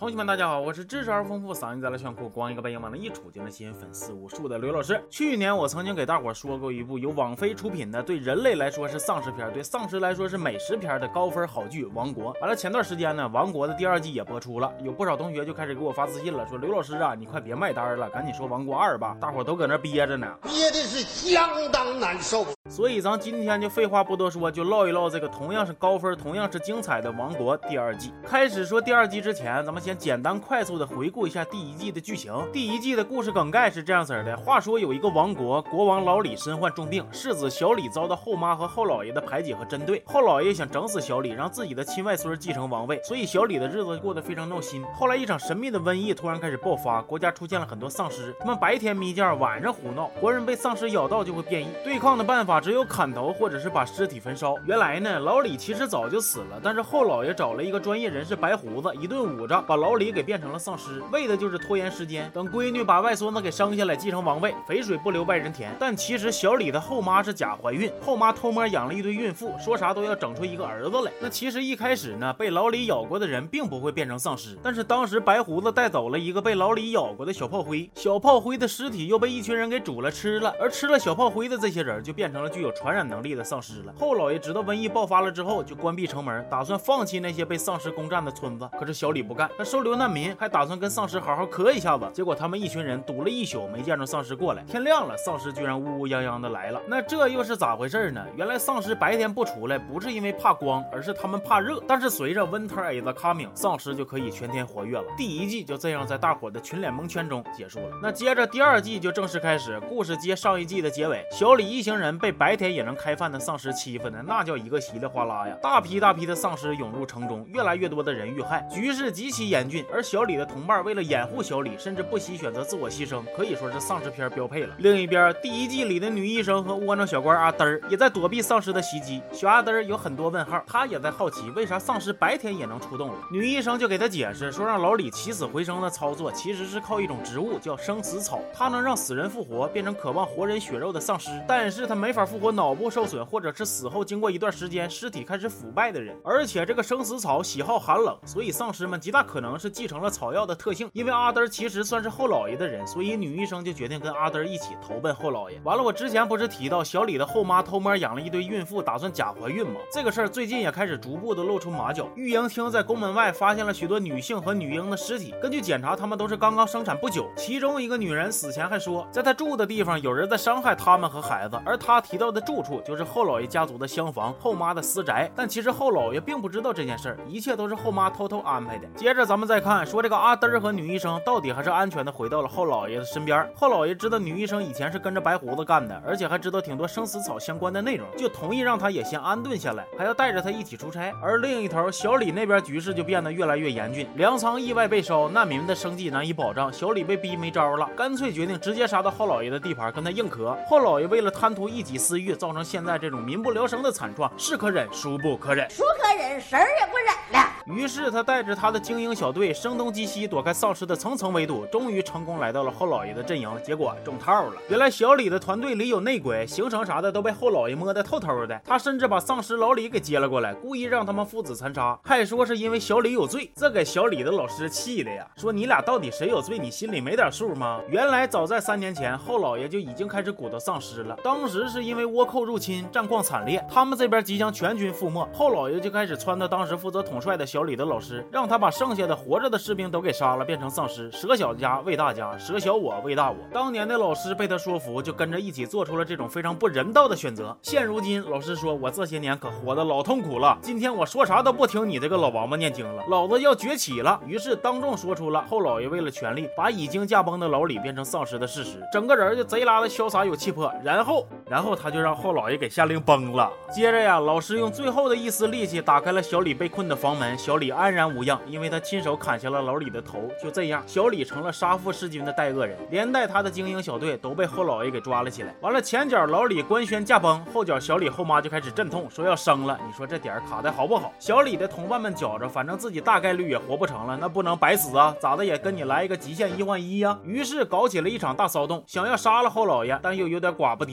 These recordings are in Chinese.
同学们大家好，我是知识而丰富嗓音再来炫酷光一个背影往那一杵就能吸引粉丝无数的刘老师。去年我曾经给大伙说过一部由网飞出品的对人类来说是丧尸片，对丧尸来说是美食片的高分好剧《王国》。完了前段时间呢，《王国》的第2季也播出了，有不少同学就开始给我发私信了，说刘老师啊，你快别卖单了，赶紧说《王国2》吧，大伙都搁那憋着呢， 憋的是相当难受。 所以咱今天就废话不多说，就唠一唠这个同样是高分同样是精彩的《王国》第2季。开始说第2季之前，咱们先简单快速的回顾一下第1季的剧情。第1季的故事梗概是这样子的，话说有一个王国，国王老李身患重病，世子小李遭到后妈和后老爷的排挤和针对，后老爷想整死小李，让自己的亲外孙继承王位，所以小李的日子过得非常闹心。后来一场神秘的瘟疫突然开始爆发，国家出现了很多丧尸，他们白天迷奸，晚上胡闹，活人被丧尸咬到就会变异，对抗的办法只有砍头或者是把尸体焚烧。原来呢，老李其实早就死了，但是后老爷找了一个专业人士白胡子，一顿捂着把老李给变成了丧尸，为的就是拖延时间，等闺女把外孙子给生下来继承王位，肥水不流外人田。但其实小李的后妈是假怀孕，后妈偷摸养了一堆孕妇，说啥都要整出一个儿子来。那其实一开始呢，被老李咬过的人并不会变成丧尸，但是当时白胡子带走了一个被老李咬过的小炮灰，小炮灰的尸体又被一群人给煮了吃了，而吃了小炮灰的这些人就变成了具有传染能力的丧尸了。后老爷知道瘟疫爆发了之后，就关闭城门，打算放弃那些被丧尸攻占的村子。可是小李不干，他收留难民，还打算跟丧尸好好磕一下子。结果他们一群人堵了一宿，没见着丧尸过来。天亮了，丧尸居然乌乌泱泱的来了。那这又是咋回事呢？原来丧尸白天不出来，不是因为怕光，而是他们怕热。但是随着 Winter is coming， 丧尸就可以全天活跃了。第1季就这样在大伙的群脸蒙圈中结束了。那接着第2季就正式开始，故事接上1季的结尾。小李一行人被白天也能开饭的丧尸欺负呢，那叫一个稀里哗啦呀！大批大批的丧尸涌入城中，越来越多的人遇害，局势极其严峻。而小李的同伴为了掩护小李，甚至不惜选择自我牺牲，可以说是丧尸片标配了。另一边，第1季里的女医生和窝囊小官阿嘚儿也在躲避丧尸的袭击。小阿嘚儿有很多问号，他也在好奇为啥丧尸白天也能出动了。女医生就给他解释说，让老李起死回生的操作其实是靠一种植物叫生死草，它能让死人复活，变成渴望活人血肉的丧尸，但是它没法复活脑部受损或者是死后经过一段时间尸体开始腐败的人。而且这个生死草喜好寒冷，所以丧尸们极大可能是继承了草药的特性。因为阿嘚儿其实算是后老爷的人，所以女医生就决定跟阿嘚儿一起投奔后老爷。完了，我之前不是提到小李的后妈偷摸养了一堆孕妇，打算假怀孕吗？这个事儿最近也开始逐步的露出马脚。育婴厅在宫门外发现了许多女性和女婴的尸体，根据检查，她们都是刚刚生产不久。其中一个女人死前还说，在她住的地方有人在伤害她们和孩子，而她提到的住处就是后老爷家族的厢房，后妈的私宅。但其实后老爷并不知道这件事儿，一切都是后妈偷偷安排的。接着咱们再看，说这个阿嘚儿和女医生到底还是安全的回到了后老爷的身边。后老爷知道女医生以前是跟着白胡子干的，而且还知道挺多生死草相关的内容，就同意让他也先安顿下来，还要带着他一起出差。而另一头，小李那边局势就变得越来越严峻，粮仓意外被烧，难民的生计难以保障，小李被逼没招了，干脆决定直接杀到后老爷的地盘跟他硬磕。后老爷为了贪图一己私欲，造成现在这种民不聊生的惨状，是可忍孰不可忍， 孰可忍神儿也不忍了。 于是他带着他的精英小队声东击西，躲开丧尸的层层围堵，终于成功来到了后老爷的阵营。结果中套了，原来小李的团队里有内鬼，行程啥的都被后老爷摸得透透的。他甚至把丧尸老李给接了过来，故意让他们父子残杀，还说是因为小李有罪。这给小李的老师气的呀，说你俩到底谁有罪，你心里没点数吗？原来早在3年前，后老爷就已经开始鼓捣丧尸了。当时是因为倭寇入侵，战况惨烈，他们这边即将全军覆没，后老爷就开始撺掇当时负责统帅的小李的老师，让他把剩下的活着的士兵都给杀了，变成丧尸，舍小家为大家，舍小我为大我。当年的老师被他说服，就跟着一起做出了这种非常不人道的选择。现如今老师说，我这些年可活得老痛苦了，今天我说啥都不听你这个老王八念经了，老子要崛起了。于是当众说出了后老爷为了权力把已经驾崩的老李变成丧尸的事实，整个人就贼拉的潇洒有气魄。然后他就让后老爷给下令崩了。接着呀，老师用最后的一丝力气打开了小李被困的房门，小李安然无恙，因为他亲手砍下了老李的头。就这样，小李成了杀父弑君的代恶人，连带他的精英小队都被后老爷给抓了起来。完了，前脚老李官宣驾崩，后脚小李后妈就开始阵痛，说要生了。你说这点卡的好不好？小李的同伴们觉着反正自己大概率也活不成了，那不能白死啊，咋的也跟你来一个极限1换1呀。于是搞起了一场大骚动，想要杀了后老爷，但又有点寡不敌众。那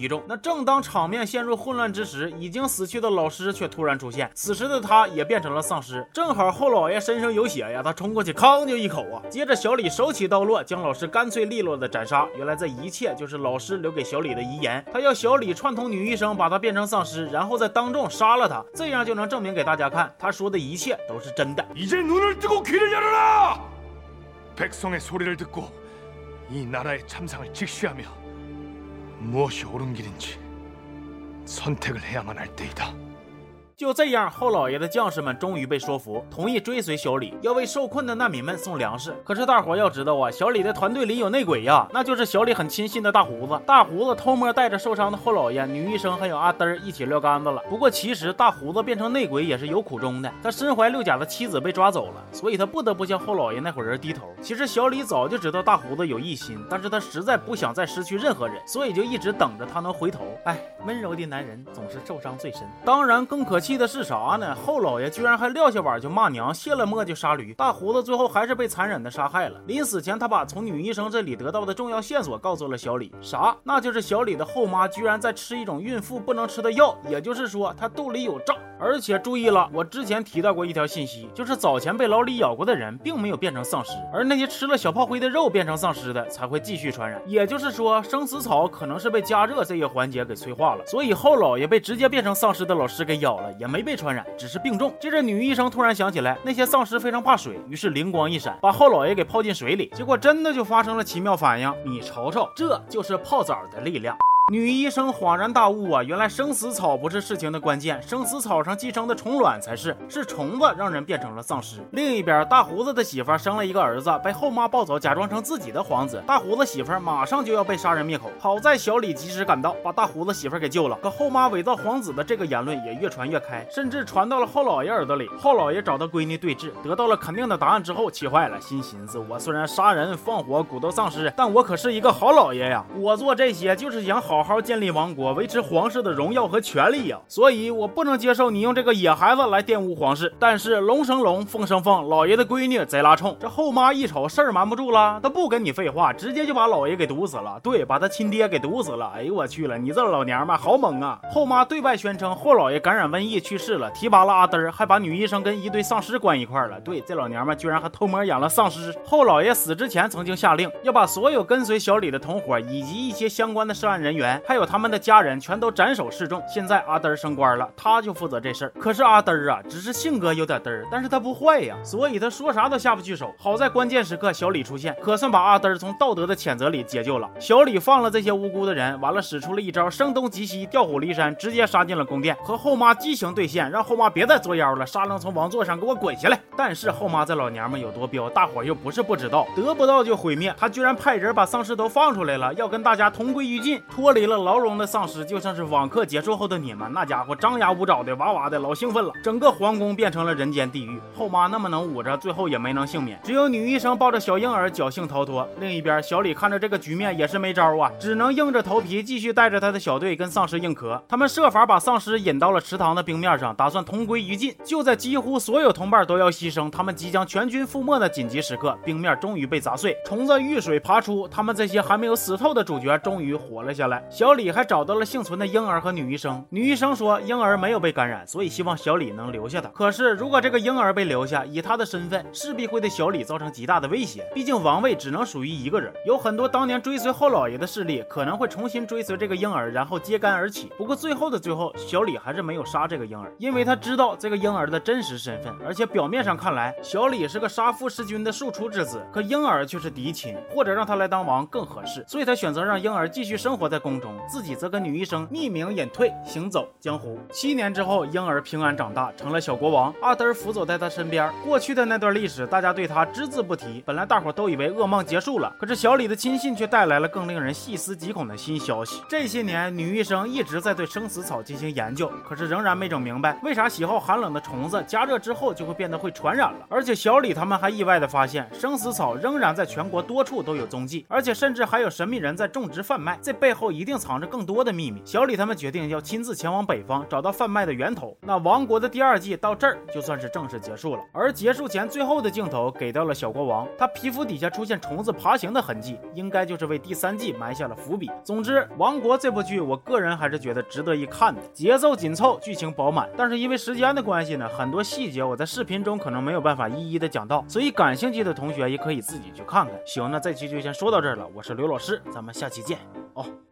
正当场面陷入混乱之时，已经死去的老师却突然出现，此时的他也变成了丧尸。正好后老爷身上有血呀，他冲过去吭就一口啊。接着小李手起刀落，将老师干脆利落的斩杀。原来这一切就是老师留给小李的遗言，他要小李串通女医生把他变成丧尸，然后在当众杀了他，这样就能证明给大家看，他说的一切都是真的。 이제 눈을 뜨고 귀를 열어라! 백성의 소리를 듣고 이 나라의 참상을 직시하며 무엇이 옳은 길인지 선택을 해야만 할 때이다. 就这样，后老爷的将士们终于被说服，同意追随小李，要为受困的难民们送粮食。可是大伙要知道啊，小李的团队里有内鬼呀，那就是小李很亲信的大胡子。大胡子偷摸带着受伤的后老爷、女医生还有阿嘚一起撂杆子了。不过其实大胡子变成内鬼也是有苦衷的，他身怀六甲的妻子被抓走了，所以他不得不向后老爷那伙人低头。其实小李早就知道大胡子有异心，但是他实在不想再失去任何人，所以就一直等着他能回头。哎，温柔的男人总是受伤最深。当然，更可气的是啥呢？后老爷居然还撂下碗就骂娘，卸了磨就杀驴。大胡子最后还是被残忍的杀害了。临死前，他把从女医生这里得到的重要线索告诉了小李，啥？那就是小李的后妈居然在吃一种孕妇不能吃的药，也就是说，她肚里有胀。而且注意了，我之前提到过一条信息，就是早前被老李咬过的人并没有变成丧尸，而那些吃了小炮灰的肉变成丧尸的才会继续传染。也就是说，生死草可能是被加热这一环节给催化了，所以后老爷被直接变成丧尸的老师给咬了，也没被传染，只是病重。接着女医生突然想起来，那些丧尸非常怕水，于是灵光一闪，把后老爷给泡进水里，结果真的就发生了奇妙反应。你瞅瞅，这就是泡澡的力量。女医生恍然大悟啊，原来生死草不是事情的关键，生死草上寄生的虫卵才是，是虫子让人变成了丧尸。另一边，大胡子的媳妇生了一个儿子，被后妈抱走，假装成自己的皇子。大胡子媳妇马上就要被杀人灭口，好在小李及时赶到，把大胡子媳妇给救了。可后妈伪造皇子的这个言论也越传越开，甚至传到了后老爷耳朵里。后老爷找到闺女对峙，得到了肯定的答案之后，气坏了，心寻思：我虽然杀人放火蛊斗丧尸，但我可是一个好老爷呀！我做这些就是想好好建立王国，维持皇室的荣耀和权力呀，所以我不能接受你用这个野孩子来玷污皇室。但是龙生龙，凤生凤，老爷的闺女贼拉冲。这后妈一瞅事儿瞒不住了，她不跟你废话，直接就把老爷给毒死了。对，把他亲爹给毒死了。哎呦我去了，你这老娘们好猛啊！后妈对外宣称后老爷感染瘟疫去世了，提拔了阿嘚，还把女医生跟一堆丧尸关一块了。对，这老娘们居然还偷摸养了丧尸。后老爷死之前曾经下令，要把所有跟随小李的同伙以及一些相关的涉案人员，还有他们的家人全都斩首示众。现在阿嘚升官了，他就负责这事儿。可是阿嘚啊，只是性格有点嘚儿，但是他不坏呀，所以他说啥都下不去手。好在关键时刻小李出现，可算把阿嘚从道德的谴责里解救了。小李放了这些无辜的人，完了使出了一招声东击西，调虎离山，直接杀进了宫殿，和后妈激情兑现，让后妈别再作妖了，沙楞从王座上给我滚下来。但是后妈这老娘们有多彪，大伙又不是不知道，得不到就毁灭。她居然派人把丧尸都放出来了，要跟大家同归于尽。脱离了牢笼的丧尸就像是网课结束后的你们，那家伙张牙舞爪的，哇哇的，老兴奋了。整个皇宫变成了人间地狱。后妈那么能捂着，最后也没能幸免，只有女医生抱着小婴儿侥幸逃脱。另一边，小李看着这个局面也是没招啊，只能硬着头皮继续带着他的小队跟丧尸硬磕。他们设法把丧尸引到了池塘的冰面上，打算同归于尽。就在几乎所有同伴都要牺牲，他们即将全军覆没的紧急时刻，冰面终于被砸碎，虫子遇水爬出，他们这些还没有死透的主角终于活了下来。小李还找到了幸存的婴儿和女医生，女医生说婴儿没有被感染，所以希望小李能留下他。可是如果这个婴儿被留下，以他的身份势必会对小李造成极大的威胁，毕竟王位只能属于一个人。有很多当年追随后老爷的势力可能会重新追随这个婴儿，然后揭竿而起。不过最后的最后，小李还是没有杀这个婴儿，因为他知道这个婴儿的真实身份，而且表面上看来小李是个杀父弑君的庶出之子，可婴儿却是嫡亲，或者让他来当王更合适，所以他选择让婴儿继续生活在宫中，自己则跟女医生匿名隐退，行走江湖。7年之后，婴儿平安长大，成了小国王，阿嘚辅佐在他身边。过去的那段历史大家对他只字不提，本来大伙都以为噩梦结束了，可是小李的亲信却带来了更令人细思极恐的新消息。这些年女医生一直在对生死草进行研究，可是仍然没整明白为啥喜好寒冷的虫子加热之后就会变得会传染了。而且小李他们还意外的发现，生死草仍然在全国多处都有踪迹，而且甚至还有神秘人在种植贩卖，这背后一一定藏着更多的秘密。小李他们决定要亲自前往北方，找到贩卖的源头。那王国的第2季到这儿就算是正式结束了。而结束前最后的镜头给到了小国王，他皮肤底下出现虫子爬行的痕迹，应该就是为第3季埋下了伏笔。总之，王国这部剧我个人还是觉得值得一看的，节奏紧凑，剧情饱满。但是因为时间的关系呢，很多细节我在视频中可能没有办法一一的讲到，所以感兴趣的同学也可以自己去看看。行，那这期就先说到这儿了，我是刘老师，咱们下期见哦。